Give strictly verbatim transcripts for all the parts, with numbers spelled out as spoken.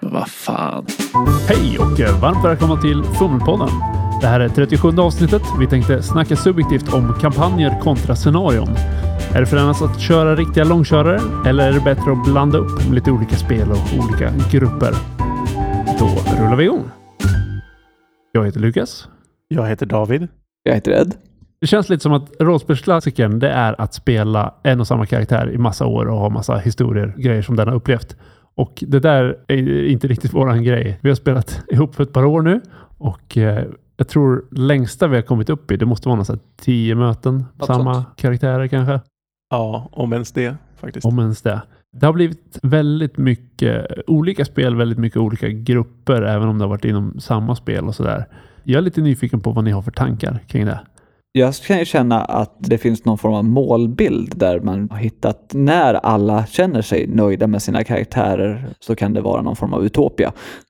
Vad fan. Hej och varmt välkomna till Fummelpodden. Det här är trettiosjunde avsnittet. Vi tänkte snacka subjektivt om kampanjer kontra scenarion. Är det för annars att köra riktiga långkörare eller är det bättre att blanda upp lite olika spel och olika grupper? Då rullar vi igång. Jag heter Lukas. Jag heter David. Jag heter Ed. Det känns lite som att rollspelsklassikern det är att spela en och samma karaktär i massa år och ha massa historier, grejer som den har upplevt. Och det där är inte riktigt våran grej. Vi har spelat ihop för ett par år nu och eh, jag tror längsta vi har kommit upp i, det måste vara några tio möten, Något samma sånt. karaktärer kanske. Ja, om ens det faktiskt. Om ens det. Det har blivit väldigt mycket olika spel, väldigt mycket olika grupper, även om det har varit inom samma spel och sådär. Jag är lite nyfiken på vad ni har för tankar kring det. Jag kan ju känna att det finns någon form av målbild där man har hittat när alla känner sig nöjda med sina karaktärer så kan det vara någon form av utopia.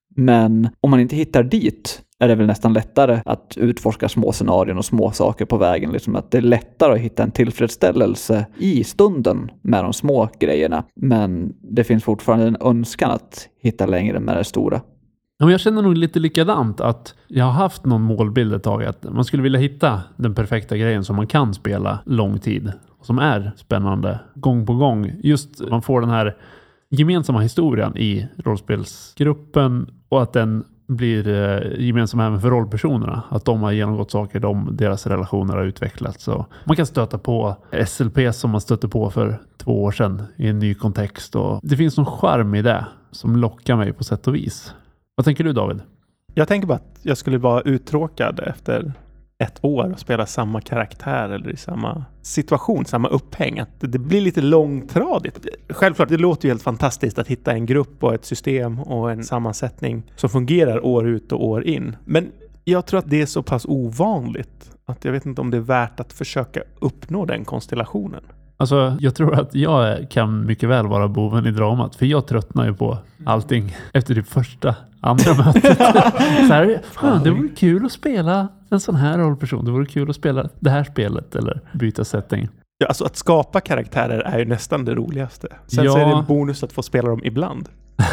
Men om man inte hittar dit är det väl nästan lättare att utforska små scenarion och små saker på vägen. Liksom att det är lättare att hitta en tillfredsställelse i stunden med de små grejerna. Men det finns fortfarande en önskan att hitta längre med det stora. Ja, men jag känner nog lite likadant att jag har haft någon målbild ett tag att man skulle vilja hitta den perfekta grejen som man kan spela lång tid och som är spännande gång på gång. Just man får den här gemensamma historien i rollspelsgruppen och att den blir eh, gemensam även för rollpersonerna. Att de har genomgått saker, de, deras relationer har utvecklats. Och man kan stöta på S L P som man stötte på för två år sedan i en ny kontext. Och det finns någon charm i det som lockar mig på sätt och vis. Vad tänker du, David? Jag tänker bara att jag skulle vara uttråkad efter ett år och spela samma karaktär eller i samma situation, samma upphäng. Att det blir lite långtradigt. Självklart, det låter ju helt fantastiskt att hitta en grupp och ett system och en sammansättning som fungerar år ut och år in. Men jag tror att det är så pass ovanligt att jag vet inte om det är värt att försöka uppnå den konstellationen. Alltså, jag tror att jag kan mycket väl vara boven i dramat. För jag tröttnar ju på allting efter det första, andra mötet. Så här, fan, det vore kul att spela en sån här rollperson. Det vore kul att spela det här spelet eller byta setting. Ja, alltså att skapa karaktärer är ju nästan det roligaste. Sen Ja. så är det en bonus att få spela dem ibland.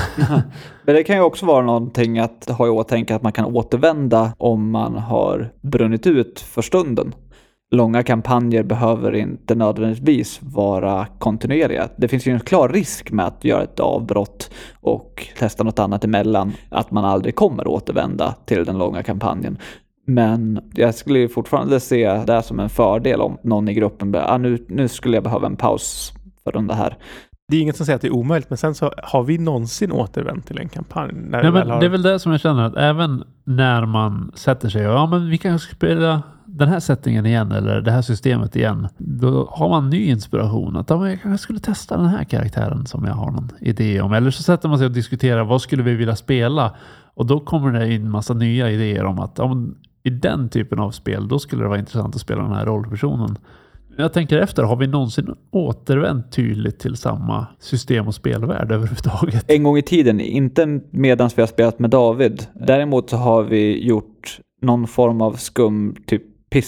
Men det kan ju också vara någonting att ha i åtanke att man kan återvända om man har brunnit ut för stunden. Långa kampanjer behöver inte nödvändigtvis vara kontinuerliga. Det finns ju en klar risk med att göra ett avbrott och testa något annat emellan. Att man aldrig kommer återvända till den långa kampanjen. Men jag skulle ju fortfarande se det som en fördel om någon i gruppen ah, nu, nu skulle jag behöva en paus för den här. Det är inget som säger att det är omöjligt, men sen så har vi någonsin återvänt till en kampanj. När Nej, vi väl men har... det är väl det som jag känner att även när man sätter sig och ja, men vi kan spela den här settingen igen eller det här systemet igen. Då har man ny inspiration att ja, jag kanske skulle testa den här karaktären som jag har någon idé om. Eller så sätter man sig och diskuterar vad skulle vi vilja spela och då kommer det in massa nya idéer om att ja, men i den typen av spel då skulle det vara intressant att spela den här rollpersonen. Jag tänker efter, har vi någonsin återvänt tydligt till samma system och spelvärld överhuvudtaget? En gång i tiden, inte medan vi har spelat med David. Däremot så har vi gjort någon form av skum typ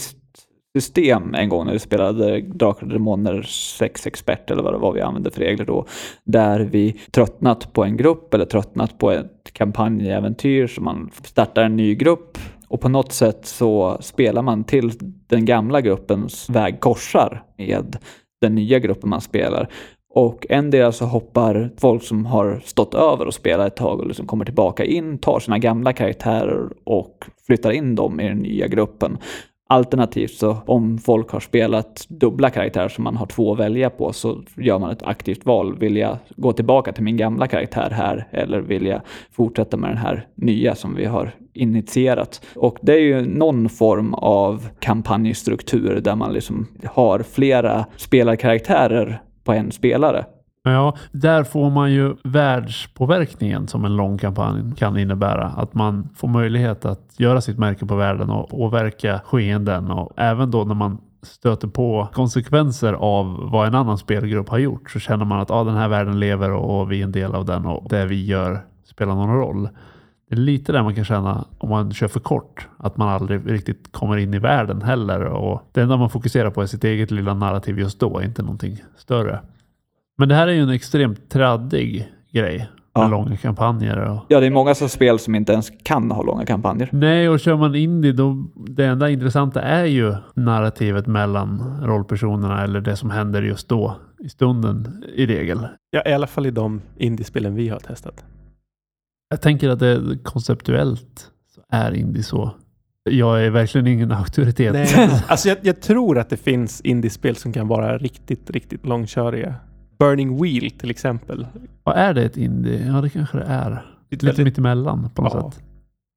pistsystem en gång när vi spelade Drakar och Demoner sex expert eller vad det var vi använde för regler då. Där vi tröttnat på en grupp eller tröttnat på ett kampanjäventyr så man startar en ny grupp. Och på något sätt så spelar man till den gamla gruppens väg korsar med den nya gruppen man spelar. Och en del så hoppar folk som har stått över och spelat ett tag och liksom kommer tillbaka in, tar sina gamla karaktärer och flyttar in dem i den nya gruppen. Alternativt så om folk har spelat dubbla karaktärer som man har två att välja på så gör man ett aktivt val. Vill jag gå tillbaka till min gamla karaktär här eller vill jag fortsätta med den här nya som vi har initierat? Och det är ju någon form av kampanjstruktur där man liksom har flera spelarkaraktärer på en spelare. Ja, där får man ju världspåverkningen som en lång kampanj kan innebära. Att man får möjlighet att göra sitt märke på världen och påverka skeenden. Och även då när man stöter på konsekvenser av vad en annan spelgrupp har gjort så känner man att ah, den här världen lever och vi är en del av den och det vi gör spelar någon roll. Det är lite där man kan känna om man kör för kort. Att man aldrig riktigt kommer in i världen heller. Och det enda man fokuserar på är sitt eget lilla narrativ just då, inte någonting större. Men det här är ju en extremt traddig grej. med Ja. långa kampanjer. Och... Ja, det är många som spel som inte ens kan ha långa kampanjer. Nej, och kör man indie då, det enda intressanta är ju narrativet mellan rollpersonerna eller det som händer just då i stunden i regel. Ja, i alla fall i de indiespelen vi har testat. Jag tänker att det konceptuellt så är indie så. Jag är verkligen ingen auktoritet. Nej, alltså jag, jag tror att det finns indiespel som kan vara riktigt, riktigt långköriga. Burning Wheel till exempel. Vad är det ett indie? Ja, det kanske det är. Lite väldigt... mitt emellan på något ja. sätt.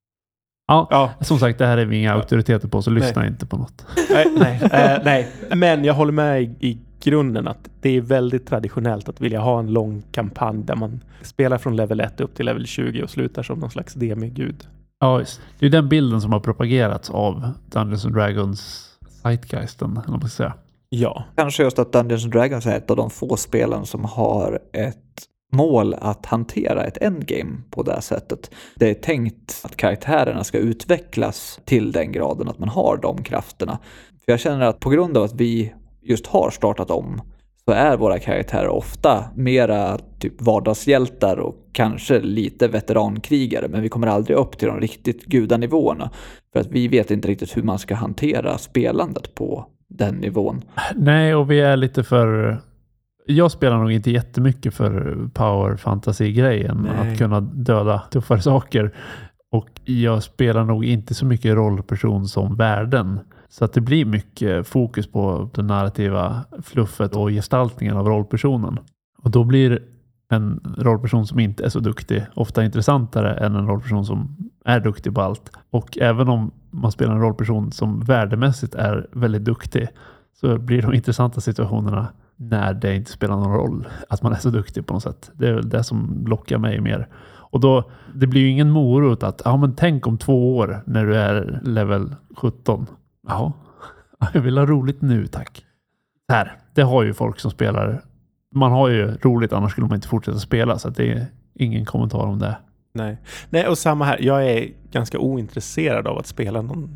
Ja, ja, som sagt, det här är vi inga auktoriteter på, så lyssna nej. inte på något. Nej, nej, äh, nej, men jag håller med i, i grunden att det är väldigt traditionellt att vilja ha en lång kampanj där man spelar från level ett upp till level tjugo och slutar som någon slags demigud. Ja, just. Det är den bilden som har propagerats av Dungeons and Dragons zeitgeisten, eller vad man ska säga. Ja. Kanske just att Dungeons and Dragons är ett av de få spelen som har ett mål att hantera ett endgame på det här sättet. Det är tänkt att karaktärerna ska utvecklas till den graden att man har de krafterna. För jag känner att på grund av att vi just har startat om så är våra karaktärer ofta mera typ vardagshjältar och kanske lite veterankrigare, men vi kommer aldrig upp till de riktigt gudanivåerna för att vi vet inte riktigt hur man ska hantera spelandet på den nivån. Nej, och vi är lite för... Jag spelar nog inte jättemycket för power fantasy-grejen, Nej. att kunna döda tuffare saker. Och jag spelar nog inte så mycket rollperson som världen. Så att det blir mycket fokus på det narrativa fluffet och gestaltningen av rollpersonen. Och då blir en rollperson som inte är så duktig ofta intressantare än en rollperson som är duktig på allt. Och även om man spelar en rollperson som värdemässigt är väldigt duktig så blir de intressanta situationerna när det inte spelar någon roll att man är så duktig på något sätt. Det är väl det som lockar mig mer. Och då, det blir ju ingen morot att, ja men tänk om två år när du är level sjutton. Ja, jag vill ha roligt nu, tack. Här, det har ju folk som spelar. Man har ju roligt, annars skulle man inte fortsätta spela, så att det är ingen kommentar om det. Nej. Nej, och samma här. Jag är ganska ointresserad av att spela någon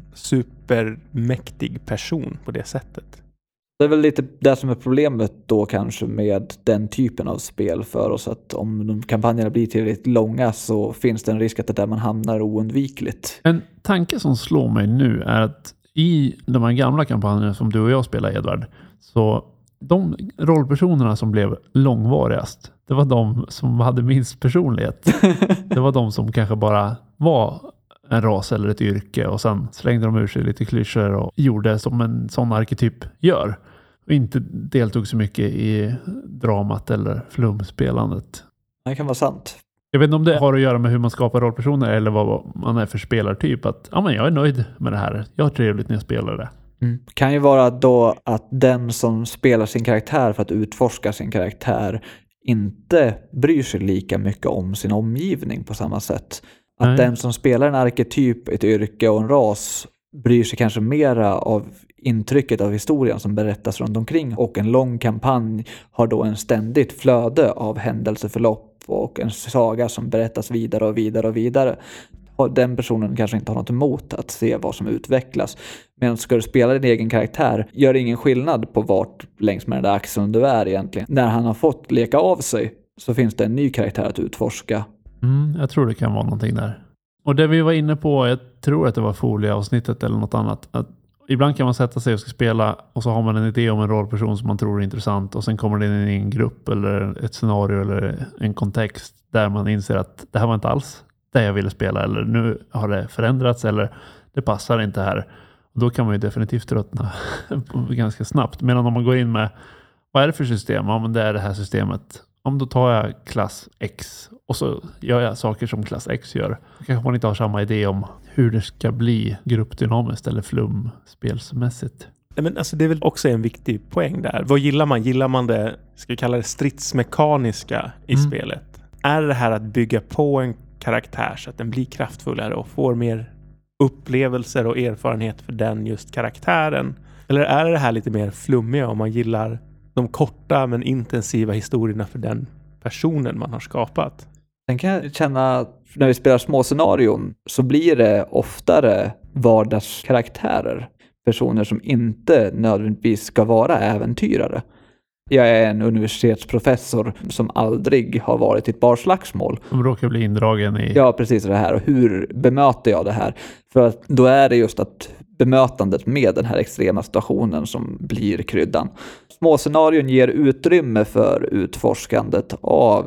supermäktig person på det sättet. Det är väl lite det som är problemet då kanske med den typen av spel för oss, att om de kampanjerna blir tillräckligt långa så finns det en risk att det där man hamnar oundvikligt. En tanke som slår mig nu är att i de här gamla kampanjerna som du och jag spelar, Edvard, så de rollpersonerna som blev långvarigast, det var de som hade minst personlighet. Det var de som kanske bara var en ras eller ett yrke och sen slängde de ur sig lite klyschor och gjorde som en sån arketyp gör. Och inte deltog så mycket i dramat eller flumspelandet. Det kan vara sant. Jag vet inte om det har att göra med hur man skapar rollpersoner eller vad man är för spelartyp. Att ja, men jag är nöjd med det här. Jag har trevligt när jag spelar det. Mm. Kan ju vara då att den som spelar sin karaktär för att utforska sin karaktär inte bryr sig lika mycket om sin omgivning på samma sätt. Att Nej. den som spelar en arketyp, ett yrke och en ras bryr sig kanske mera av intrycket av historien som berättas runt omkring, och en lång kampanj har då en ständigt flöde av händelseförlopp och en saga som berättas vidare och vidare och vidare. Den personen kanske inte har något emot att se vad som utvecklas. Men ska du spela din egen karaktär gör det ingen skillnad på vart längs med den där axeln du är egentligen. När han har fått leka av sig så finns det en ny karaktär att utforska. Mm, jag tror det kan vara någonting där. Och det vi var inne på, jag tror att det var folieavsnittet eller något annat, att ibland kan man sätta sig och ska spela och så har man en idé om en rollperson som man tror är intressant och sen kommer det in i en grupp eller ett scenario eller en kontext där man inser att det här var inte alls det jag ville spela, eller nu har det förändrats eller det passar inte här. Och då kan man ju definitivt tröttna ganska snabbt. Medan om man går in med vad är det för system? Ja, men det är det här systemet. Om då tar jag klass X och så gör jag saker som klass X gör. Då kanske man inte har samma idé om hur det ska bli gruppdynamiskt eller flumspelsmässigt. Men alltså det är väl också en viktig poäng där. Vad gillar man? Gillar man det, ska vi kalla det stridsmekaniska i mm. spelet? Är det här att bygga på en karaktär så att den blir kraftfullare och får mer upplevelser och erfarenhet för den just karaktären? Eller är det här lite mer flummiga om man gillar de korta men intensiva historierna för den personen man har skapat? Sen kan jag känna att när vi spelar små scenarion så blir det oftare vardagskaraktärer. Personer som inte nödvändigtvis ska vara äventyrare. Jag är en universitetsprofessor som aldrig har varit i ett barslagsmål. Som råkar bli indragen i... Ja, precis det här. Och hur bemöter jag det här? För att då är det just att bemötandet med den här extrema situationen som blir kryddan. Små scenarion ger utrymme för utforskandet av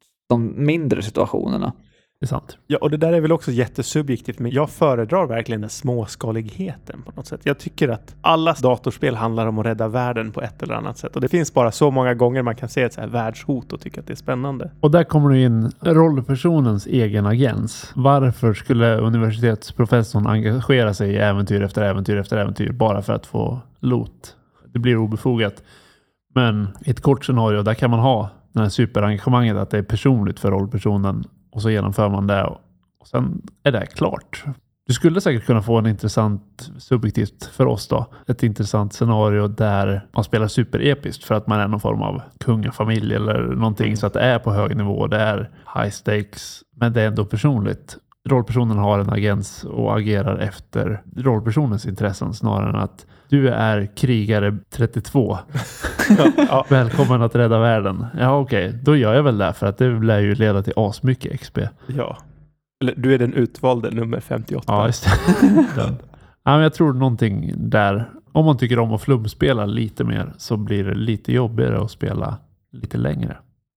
de mindre situationerna. Det är sant. Ja, och det där är väl också jättesubjektivt, men jag föredrar verkligen den småskaligheten på något sätt. Jag tycker att alla datorspel handlar om att rädda världen på ett eller annat sätt. Och det finns bara så många gånger man kan se ett så här världshot och tycka att det är spännande. Och där kommer du in rollpersonens egen agens. Varför skulle universitetsprofessorn engagera sig i äventyr efter äventyr efter äventyr bara för att få loot? Det blir obefogat. Men i ett kort scenario, där kan man ha det här superengagemanget att det är personligt för rollpersonen. Och så genomför man det och sen är det klart. Du skulle säkert kunna få en intressant, subjektivt för oss då, ett intressant scenario där man spelar superepiskt för att man är någon form av kungafamilj eller någonting, så att det är på hög nivå, det är high stakes, men det är ändå personligt. Rollpersonen har en agens och agerar efter rollpersonens intressen snarare än att du är krigare trettiotvå. ja, ja. Välkommen att rädda världen. Ja, okej. Okay. Då gör jag väl det, för att det lär ju leda till asmycket X P. Ja. Eller du är den utvalde nummer femtioåtta. Ja, just det. Ja, men jag tror någonting där. Om man tycker om att flumspela lite mer så blir det lite jobbigare att spela lite längre.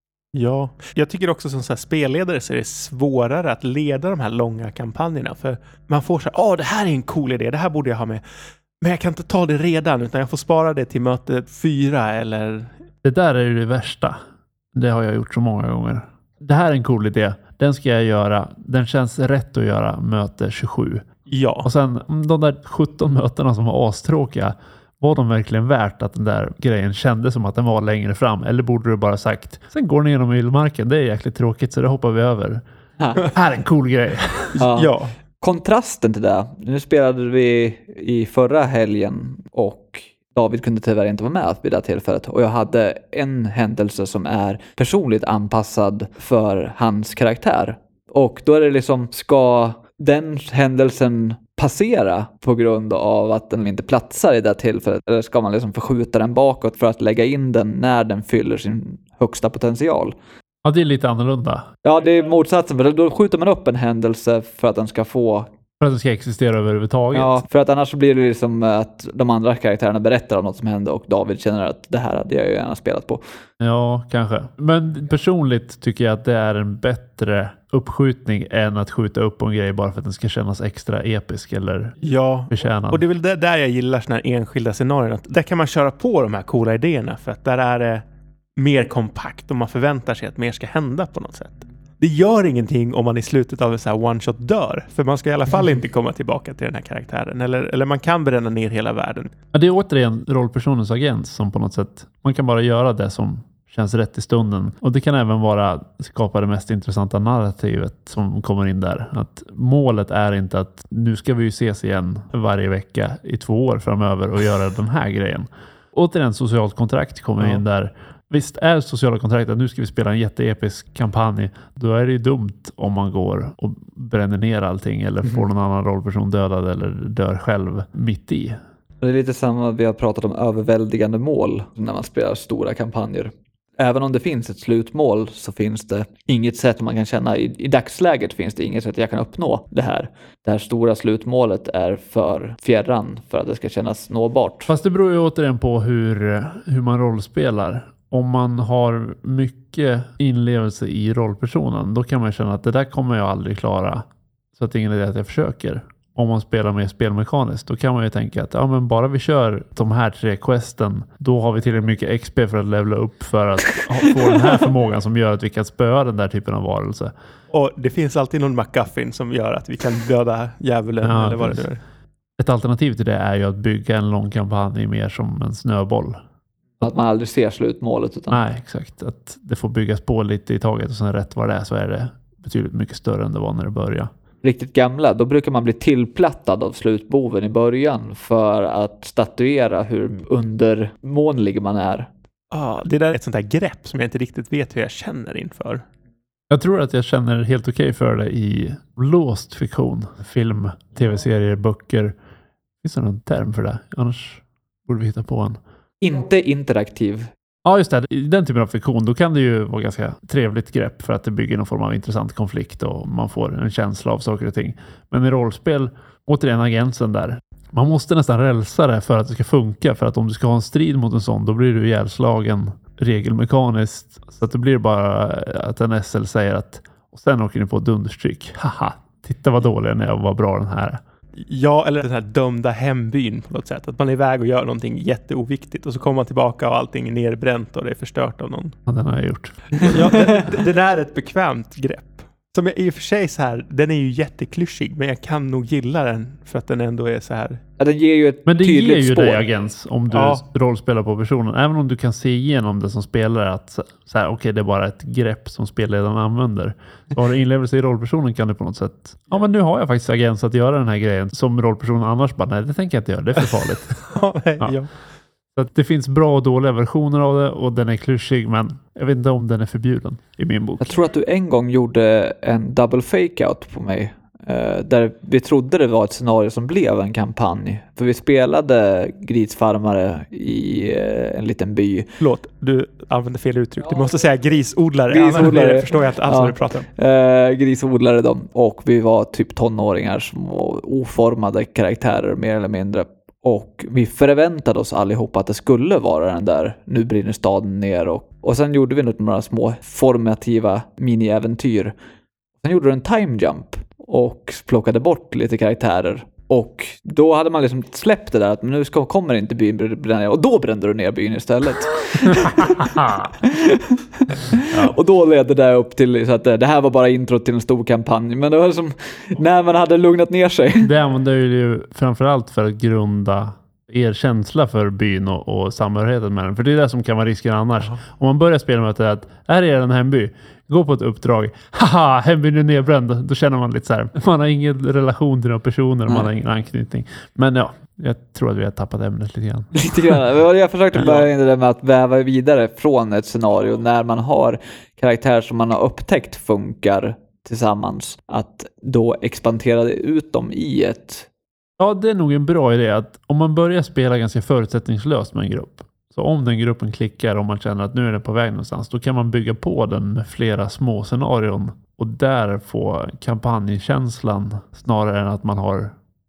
Ja, jag tycker också som så här spelledare så är det svårare att leda de här långa kampanjerna. För man får så här, åh, det här är en cool idé, det här borde jag ha med. Men jag kan inte ta det redan, utan jag får spara det till möte fyra eller... Det där är ju det värsta. Det har jag gjort så många gånger. Det här är en cool idé. Den ska jag göra. Den känns rätt att göra möte tjugosju. Ja. Och sen de där sjutton mötena som var astråkiga, var de verkligen värt att den där grejen kändes som att den var längre fram? Eller borde du bara sagt, sen går ni genom vildmarken, det är jäkligt tråkigt så det hoppar vi över. Ha. Här är en cool grej. Ja. Ja. Kontrasten till det. Nu spelade vi i förra helgen och David kunde tyvärr inte vara med vid det tillfället. Och jag hade en händelse som är personligt anpassad för hans karaktär. Och då är det liksom, ska den händelsen passera på grund av att den inte platsar i det tillfället? Eller ska man liksom förskjuta den bakåt för att lägga in den när den fyller sin högsta potential? Ja, det är lite annorlunda. Ja, det är motsatsen. För då skjuter man upp en händelse för att den ska få... För att den ska existera överhuvudtaget. Ja, för att annars blir det liksom att de andra karaktärerna berättar om något som hände och David känner att det här hade jag ju gärna spelat på. Ja, kanske. Men personligt tycker jag att det är en bättre uppskjutning än att skjuta upp en grej bara för att den ska kännas extra episk eller ja, förtjänad. Och det är väl där jag gillar såna här enskilda scenarier. Att där kan man köra på de här coola idéerna för att där är det mer kompakt och man förväntar sig att mer ska hända på något sätt. Det gör ingenting om man i slutet av en så här one-shot dör. För man ska i alla fall inte komma tillbaka till den här karaktären. Eller, eller man kan bränna ner hela världen. Ja, det är återigen rollpersonens agens som på något sätt... Man kan bara göra det som känns rätt i stunden. Och det kan även vara skapa det mest intressanta narrativet som kommer in där. Att målet är inte att nu ska vi ju ses igen varje vecka i två år framöver och göra den här grejen. Återigen, socialt kontrakt kommer ja. in där. Visst är sociala kontrakt att nu ska vi spela en jätteepisk kampanj. Då är det ju dumt om man går och bränner ner allting eller får någon annan rollperson dödad eller dör själv mitt i. Det är lite samma, vi har pratat om överväldigande mål när man spelar stora kampanjer. Även om det finns ett slutmål så finns det inget sätt man kan känna. I, i dagsläget finns det inget sätt jag kan uppnå det här. Det här stora slutmålet är för fjärran för att det ska kännas nåbart. Fast det beror ju återigen på hur, hur man rollspelar. Om man har mycket inlevelse i rollpersonen, då kan man känna att det där kommer jag aldrig klara. Så att det är ingen idé att jag försöker. Om man spelar mer spelmekaniskt, då kan man ju tänka att ja, men bara vi kör de här tre questen, då har vi tillräckligt mycket X P för att levela upp för att få den här förmågan som gör att vi kan spöa den där typen av varelse. Och det finns alltid någon MacGuffin som gör att vi kan döda djävulen ja, eller vad det är. Ett alternativ till det är ju att bygga en lång kampanj mer som en snöboll. Att man aldrig ser slutmålet. Utan... Nej, exakt. Att det får byggas på lite i taget och sen rätt vad det är så är det betydligt mycket större än det var när det började. Riktigt gamla, då brukar man bli tillplattad av slutboven i början för att statuera hur undermånlig man är. Ja, det där är ett sånt där grepp som jag inte riktigt vet hur jag känner inför. Jag tror att jag känner helt okej okay för det i låst fiktion. Film, tv-serier, böcker. Finns det någon term för det? Annars borde vi hitta på en. Inte interaktiv Ja, just det. I den typen av fiktion, då kan det ju vara ganska trevligt grepp för att det bygger någon form av intressant konflikt och man får en känsla av saker och ting. Men i rollspel, återigen agensen där. Man måste nästan rälsa det för att det ska funka. För att om du ska ha en strid mot en sån, då blir du ihjälslagen regelmekaniskt. Så att det blir bara att en S L säger att och sen åker ni på dunderstryk. Haha, titta vad dålig den är och vad bra den här är. Ja, eller den här dömda hembyn på något sätt. Att man är iväg och gör någonting jätteoviktigt och så kommer man tillbaka och allting är nerbränt och det är förstört av någon. Ja, den har jag gjort. Ja, den, den är ett bekvämt grepp. Som jag, i och för sig så här, den är ju jätteklyschig, men jag kan nog gilla den för att den ändå är så här. Ja, den ger ju ett Men det tydligt ger ju spår. dig agens om du Ja. rollspelar på personen. Även om du kan se igenom det som spelare att så här, okej, okay, det är bara ett grepp som spelledaren använder. Så har du inlevelse i rollpersonen kan du på något sätt, ja men nu har jag faktiskt agens att göra den här grejen som rollpersonen annars bara, nej det tänker jag inte göra, det är för farligt. Ja, nej, Ja. ja. Så att det finns bra och dåliga versioner av det och den är klyschig, men jag vet inte om den är förbjuden i min bok. Jag tror att du en gång gjorde en double fake-out på mig. Eh, där vi trodde det var ett scenario som blev en kampanj. För vi spelade grisfarmare i eh, en liten by. Förlåt, du använder fel uttryck. Du måste säga grisodlare. Grisodlare. Annars blir det- förstår jag inte alls Ja. vad du pratar om. Eh, grisodlare de. Och vi var typ tonåringar som var oformade karaktärer mer eller mindre. Och vi förväntade oss allihopa att det skulle vara den där nu brinner staden ner. Och, och sen gjorde vi några små formativa mini-äventyr. Sen gjorde du en time jump och plockade bort lite karaktärer. Och då hade man liksom släppt det där att nu ska, kommer inte byn bränna ner. Och då brände du ner byn istället. Och då ledde det upp till så att det, det här var bara intro till en stor kampanj. Men det var som när man hade lugnat ner sig. Det använder ju framförallt för att grunda er känsla för byn och, och samhörigheten med den. För det är det som kan vara risken annars. Jaha. Om man börjar spela med att, att här är en hemby. Gå på ett uppdrag. Haha, hembyn är nedbränd. Då känner man lite så här. Man har ingen relation till några personer. Nej. Man har ingen anknytning. Men ja, jag tror att vi har tappat ämnet lite grann. Lite grann. Jag försökte börja in det där med att väva vidare från ett scenario när man har karaktärer som man har upptäckt funkar tillsammans. Att då expandera ut dem i ett. Ja, det är nog en bra idé att om man börjar spela ganska förutsättningslöst med en grupp. Så om den gruppen klickar och man känner att nu är den på väg någonstans, då kan man bygga på den med flera små scenarion och där få kampanjkänslan snarare än att man har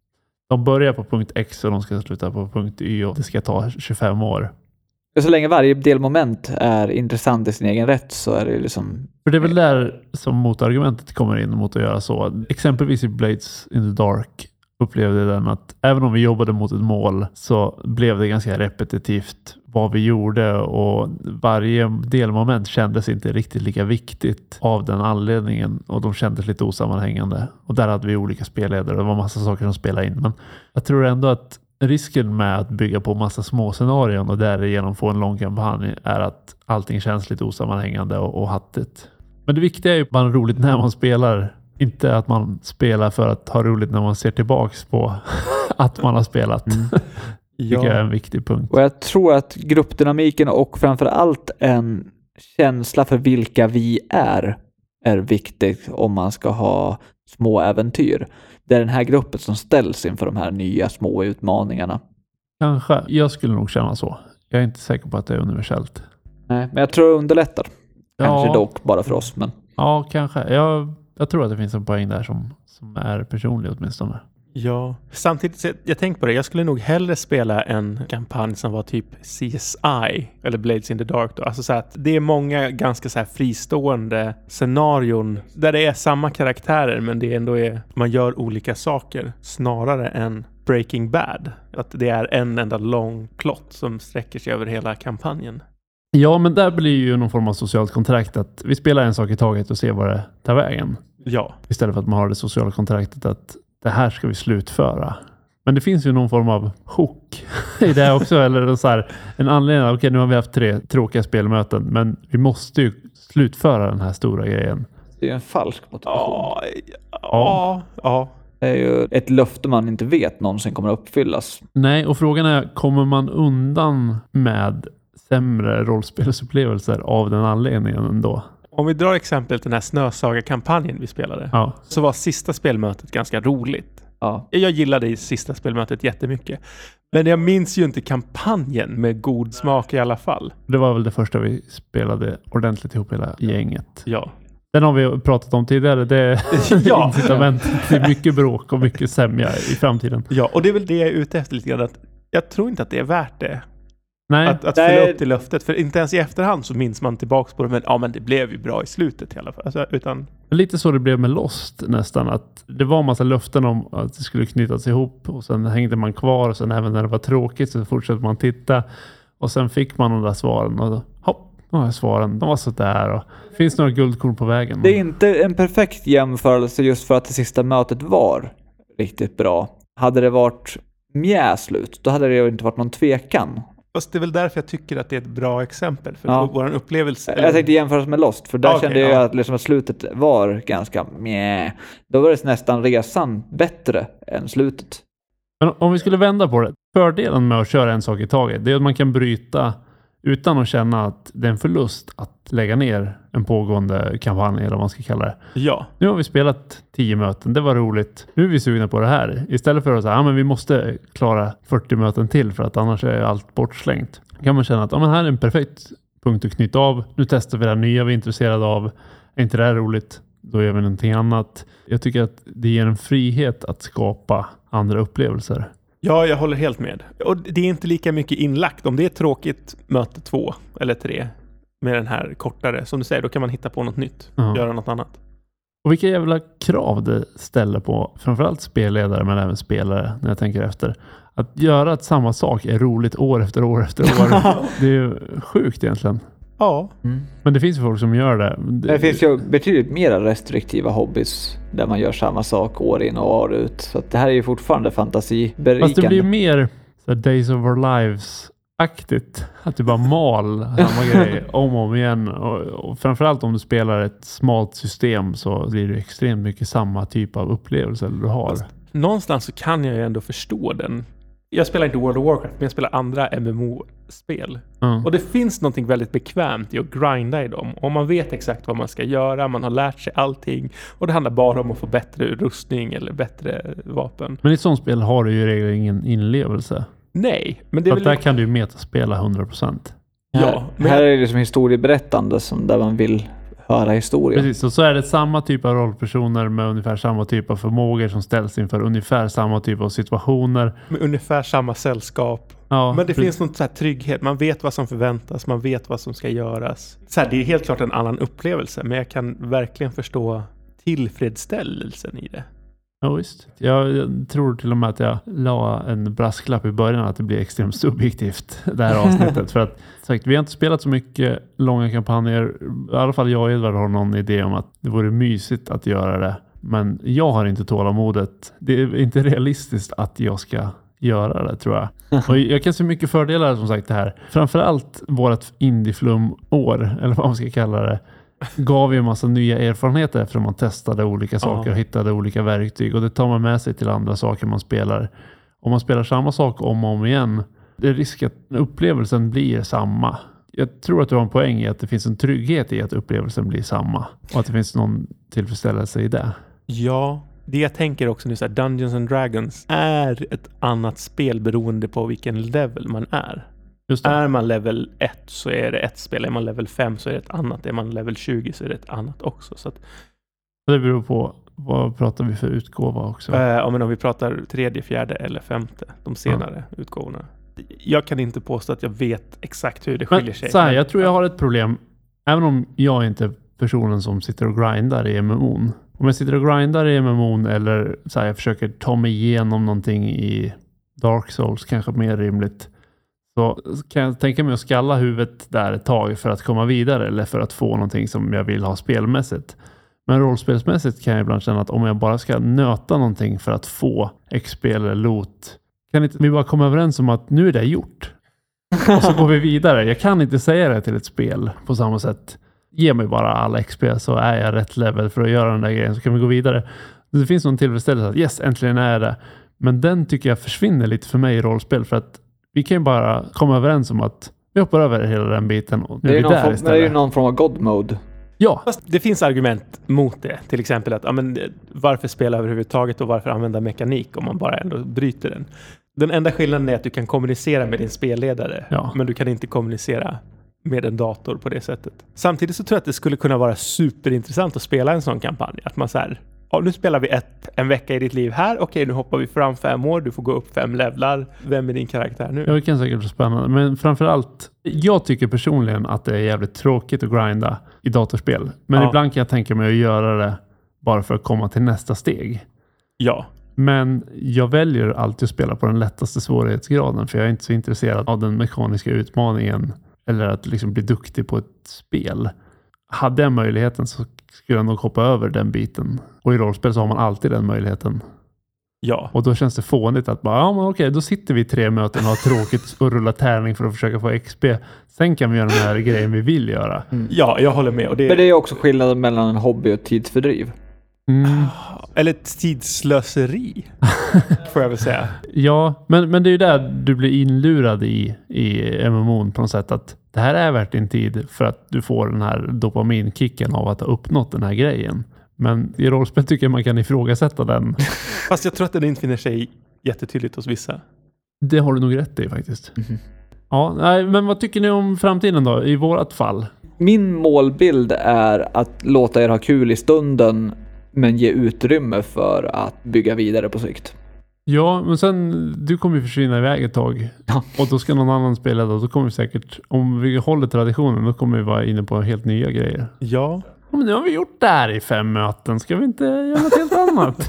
de börjar på punkt X och de ska sluta på punkt Y och det ska ta tjugofem år. Så länge varje delmoment är intressant i sin egen rätt så är det liksom. För det är väl där som motargumentet kommer in mot att göra så. Exempelvis i Blades in the Dark upplevde den att även om vi jobbade mot ett mål så blev det ganska repetitivt vad vi gjorde och varje delmoment kändes inte riktigt lika viktigt av den anledningen och de kändes lite osammanhängande. Och där hade vi olika spelledare och det var massa saker som spelade in. Men jag tror ändå att risken med att bygga på massa små scenarion och därigenom få en lång kampanj är att allting känns lite osammanhängande och, och hattigt. Men det viktiga är ju att man har roligt när man spelar. Inte att man spelar för att ha roligt när man ser tillbaks på att man har spelat. Mm. Ja. Tycker jag är en viktig punkt. Och jag tror att gruppdynamiken och framförallt en känsla för vilka vi är är viktigt om man ska ha små äventyr. Det är den här gruppen som ställs inför de här nya små utmaningarna. Kanske. Jag skulle nog känna så. Jag är inte säker på att det är universellt. Nej, men jag tror det underlättar. Kanske Ja. dock bara för oss. Men Ja, kanske. Jag, jag tror att det finns en poäng där som, som är personlig åtminstone. Ja, samtidigt, så jag, jag tänkte på det, jag skulle nog hellre spela en kampanj som var typ C S I eller Blades in the Dark då. Alltså så att det är många ganska så här fristående scenarion där det är samma karaktärer men det ändå är, man gör olika saker snarare än Breaking Bad. Att det är en enda lång plott som sträcker sig över hela kampanjen. Ja, men där blir ju någon form av socialt kontrakt att vi spelar en sak i taget och ser vad det tar vägen. Ja. Istället för att man har det sociala kontraktet att det här ska vi slutföra. Men det finns ju någon form av hook i det också. Eller så här, en anledning. Okej, nu har vi haft tre tråkiga spelmöten. Men vi måste ju slutföra den här stora grejen. det är ju en falsk motivation. Ja, ja, ja. Det är ju ett löfte man inte vet någonsin kommer att uppfyllas. Nej, och frågan är, kommer man undan med sämre rollspelsupplevelser av den anledningen ändå? Om vi drar exemplet den här Snösaga-kampanjen vi spelade. Ja. Så var sista spelmötet ganska roligt. Ja. Jag gillade i sista spelmötet jättemycket. Men jag minns ju inte kampanjen med god smak i alla fall. Det var väl det första vi spelade ordentligt ihop hela gänget. Ja. Den har vi pratat om tidigare. Det är Ja. incitament till mycket bråk och mycket sämja i framtiden. Ja, och det är väl det jag är ute efter lite grann. Att jag tror inte att det är värt det. Nej, Att, att Nej. fylla upp till löftet. För inte ens i efterhand så minns man tillbaks på det. Men ja, men det blev ju bra i slutet i alla fall. Alltså, utan... lite så det blev med Lost nästan. Att det var en massa löften om att det skulle knytas ihop. Och sen hängde man kvar. Och sen även när det var tråkigt så fortsatte man titta. Och sen fick man de där svaren. Och då, hopp, de här svaren. De var så där. Och finns några guldkorn på vägen. Det är inte en perfekt jämförelse just för att det sista mötet var riktigt bra. Hade det varit mjäslut, då hade det ju inte varit någon tvekan. Fast det är väl därför jag tycker att det är ett bra exempel. För Ja. vår upplevelse... Jag tänkte jämföra med Lost, för där Okej, kände jag ja. att, liksom att slutet var ganska mjä. Då var det nästan resan bättre än slutet. Men om vi skulle vända på det. Fördelen med att köra en sak i taget, det är att man kan bryta utan att känna att det är en förlust att lägga ner en pågående kampanj eller vad man ska kalla det. Ja. Nu har vi spelat tio möten, det var roligt. Nu är vi sugna på det här. Istället för att säga, ja men vi måste klara fyrtio möten till för att annars är allt bortslängt. Kan man känna att ja, men här är en perfekt punkt att knyta av. Nu testar vi det här nya vi är intresserade av. Är inte det här roligt? Då gör vi någonting annat. Jag tycker att det ger en frihet att skapa andra upplevelser. Ja, jag håller helt med. Och det är inte lika mycket inlagt. Om det är tråkigt möte två eller tre med den här kortare, som du säger, då kan man hitta på något nytt. Ja. Göra något annat. Och vilka jävla krav det ställer på framförallt spelledare men även spelare när jag tänker efter. Att göra att samma sak är roligt år efter år efter år. Det är ju sjukt egentligen. Ja. Mm. Men det finns ju folk som gör det. Det finns ju betydligt mer restriktiva hobbys där man gör samma sak år in och år ut. Så att det här är ju fortfarande fantasiberikande. Fast det blir mer så här Days of Our Lives-aktigt. Att du bara mal samma grej om och om igen. Och, och framförallt om du spelar ett smalt system så blir det extremt mycket samma typ av upplevelse du har. Fast någonstans så kan jag ju ändå förstå den. Jag spelar inte World of Warcraft, men jag spelar andra M M O-spel. Mm. Och det finns någonting väldigt bekvämt i att grinda i dem. Och man vet exakt vad man ska göra, man har lärt sig allting. Och det handlar bara om att få bättre rustning eller bättre vapen. Men i ett sånt spel har du ju i regel ingen inlevelse. Nej, men det är Så väl... att där kan du ju metaspela hundra procent. Ja, här, men- här är det liksom historieberättande som där man vill höra historia. Precis, och så är det samma typ av rollpersoner med ungefär samma typ av förmågor som ställs inför ungefär samma typ av situationer. Med ungefär samma sällskap. Ja, Men det precis. finns något så här trygghet. Man vet vad som förväntas. Man vet vad som ska göras. Så här, det är helt klart en annan upplevelse. Men jag kan verkligen förstå tillfredsställelsen i det. Ja, visst. Jag, jag tror till och med att jag la en brasklapp i början att det blir extremt subjektivt det här avsnittet. För att sagt, vi har inte spelat så mycket långa kampanjer. I alla fall jag och Edvard har någon idé om att det vore mysigt att göra det. Men jag har inte tålamodet. Det är inte realistiskt att jag ska göra det, tror jag. Och jag kan se mycket fördelar som sagt det här. Framförallt vårt indieflum-år, eller vad man ska kalla det, gav ju en massa nya erfarenheter efter att man testade olika saker och hittade olika verktyg. Och det tar man med sig till andra saker man spelar. Om man spelar samma sak om och om igen, det är risk att upplevelsen blir samma. Jag tror att du har en poäng i att det finns en trygghet i att upplevelsen blir samma. Och att det finns någon tillfredsställelse i det. Ja, det jag tänker också nu så här, Dungeons and Dragons är ett annat spel beroende på vilken level man är. Just det. Är man level ett så är det ett spel. Är man level fem så är det ett annat. Är man level tjugo så är det ett annat också. Så att, Det beror på vad pratar vi för utgåva också. eh, ja, men om vi pratar tredje, fjärde eller femte, de senare ja. utgåvorna. Jag kan inte påstå att jag vet exakt hur det skiljer Men, sig. så här, jag tror jag har ett problem. Även om jag inte är personen som sitter och grindar i M M O. Om jag sitter och grindar i M M O eller så här, jag försöker ta mig igenom någonting i Dark Souls, kanske mer rimligt, så kan jag tänka mig att skalla huvudet där ett tag för att komma vidare eller för att få någonting som jag vill ha spelmässigt. Men rollspelsmässigt kan jag ibland känna att om jag bara ska nöta någonting för att få X P eller loot, kan inte vi bara komma överens om att nu är det gjort? Och så går vi vidare. Jag kan inte säga det till ett spel på samma sätt. Ge mig bara alla X P så är jag rätt level för att göra den där grejen, så kan vi gå vidare. Det finns någon tillfredsställelse att yes, äntligen är det. Men den tycker jag försvinner lite för mig i rollspel, för att vi kan ju bara komma överens om att vi hoppar över hela den biten och nu Det är är, vi någon där form, istället. det är ju någon form av God mode. Ja, Fast det finns argument mot det. Till exempel att ja, men, varför spela överhuvudtaget och varför använda mekanik om man bara ändå bryter den. Den enda skillnaden är att du kan kommunicera med din spelledare. Ja. Men du kan inte kommunicera med en dator på det sättet. Samtidigt så tror jag att det skulle kunna vara superintressant att spela en sån kampanj. Att man så här, ja, nu spelar vi ett, en vecka i ditt liv här. Okej, nu hoppar vi fram fem år. Du får gå upp fem levlar. Vem är din karaktär nu? Ja, det kan säkert vara spännande. Men framförallt, jag tycker personligen att det är jävligt tråkigt att grinda i datorspel. Men Ja. ibland kan jag tänka mig att göra det bara för att komma till nästa steg. Ja. Men jag väljer alltid att spela på den lättaste svårighetsgraden. För jag är inte så intresserad av den mekaniska utmaningen. Eller att liksom bli duktig på ett spel. Hade jag möjligheten så skulle jag nog hoppa över den biten. Och i rollspel så har man alltid den möjligheten. Ja. Och då känns det fånigt att bara, ja men okej, då sitter vi i tre möten och har tråkigt och rullar tärning för att försöka få X P. Sen kan vi göra den här grejen vi vill göra. Mm. Ja, jag håller med. Och det... Men det är också skillnaden mellan en hobby och tidsfördriv. Mm. Eller tidslöseri, får jag väl säga. Ja, men, men det är ju där du blir inlurad i, i M M O på något sätt. Att det här är värt din tid för att du får den här dopaminkicken av att ha uppnått den här grejen. Men i rollspel tycker jag man kan ifrågasätta den. Fast jag tror att den infinner sig jättetydligt hos vissa. Det har du nog rätt i faktiskt. Mm-hmm. Ja, nej, men vad tycker ni om framtiden då? I vårat fall? Min målbild är att låta er ha kul i stunden men ge utrymme för att bygga vidare på sikt. Ja, men sen du kommer ju försvinna iväg ett tag. Ja. Och då ska någon annan spela då. Då kommer vi säkert, om vi håller traditionen, då kommer vi vara inne på helt nya grejer. Ja. Ja, men nu har vi gjort det här i fem möten. Ska vi inte göra något helt annat?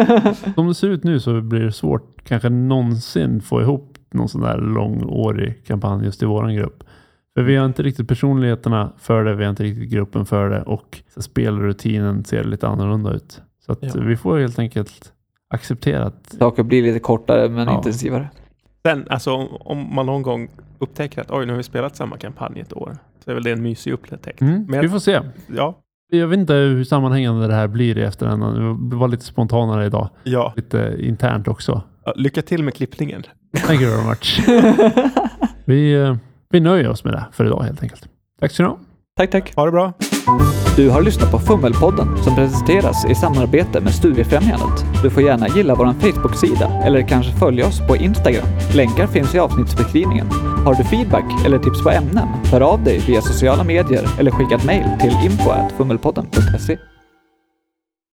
Som det ser ut nu så blir det svårt kanske någonsin få ihop någon sån där långårig kampanj just i våran grupp. För vi har inte riktigt personligheterna för det, vi har inte riktigt gruppen för det och så spelrutinen ser lite annorlunda ut. Så att Ja. vi får helt enkelt acceptera att... Saker blir lite kortare men Ja. intensivare. Sen, alltså om, om man någon gång upptäcker att oj, nu har vi spelat samma kampanj ett år. Så är väl det en mysig upptäckt. Mm, Men vi får se. ja, Jag vet inte hur sammanhängande det här blir i efterhand. Det var lite spontanare idag. ja. Lite internt också. Ja, lycka till med klippningen. Thank you very much. vi, eh, vi nöjer oss med det för idag helt enkelt. Tack så mycket. Tack, tack. Ha det bra. Du har lyssnat på Fummelpodden som presenteras i samarbete med Studiefrämjandet. Du får gärna gilla vår Facebook-sida eller kanske följa oss på Instagram. Länkar finns i avsnittsbeskrivningen. Har du feedback eller tips på ämnen? Hör av dig via sociala medier eller skicka ett mejl till info at fummelpodden punkt se.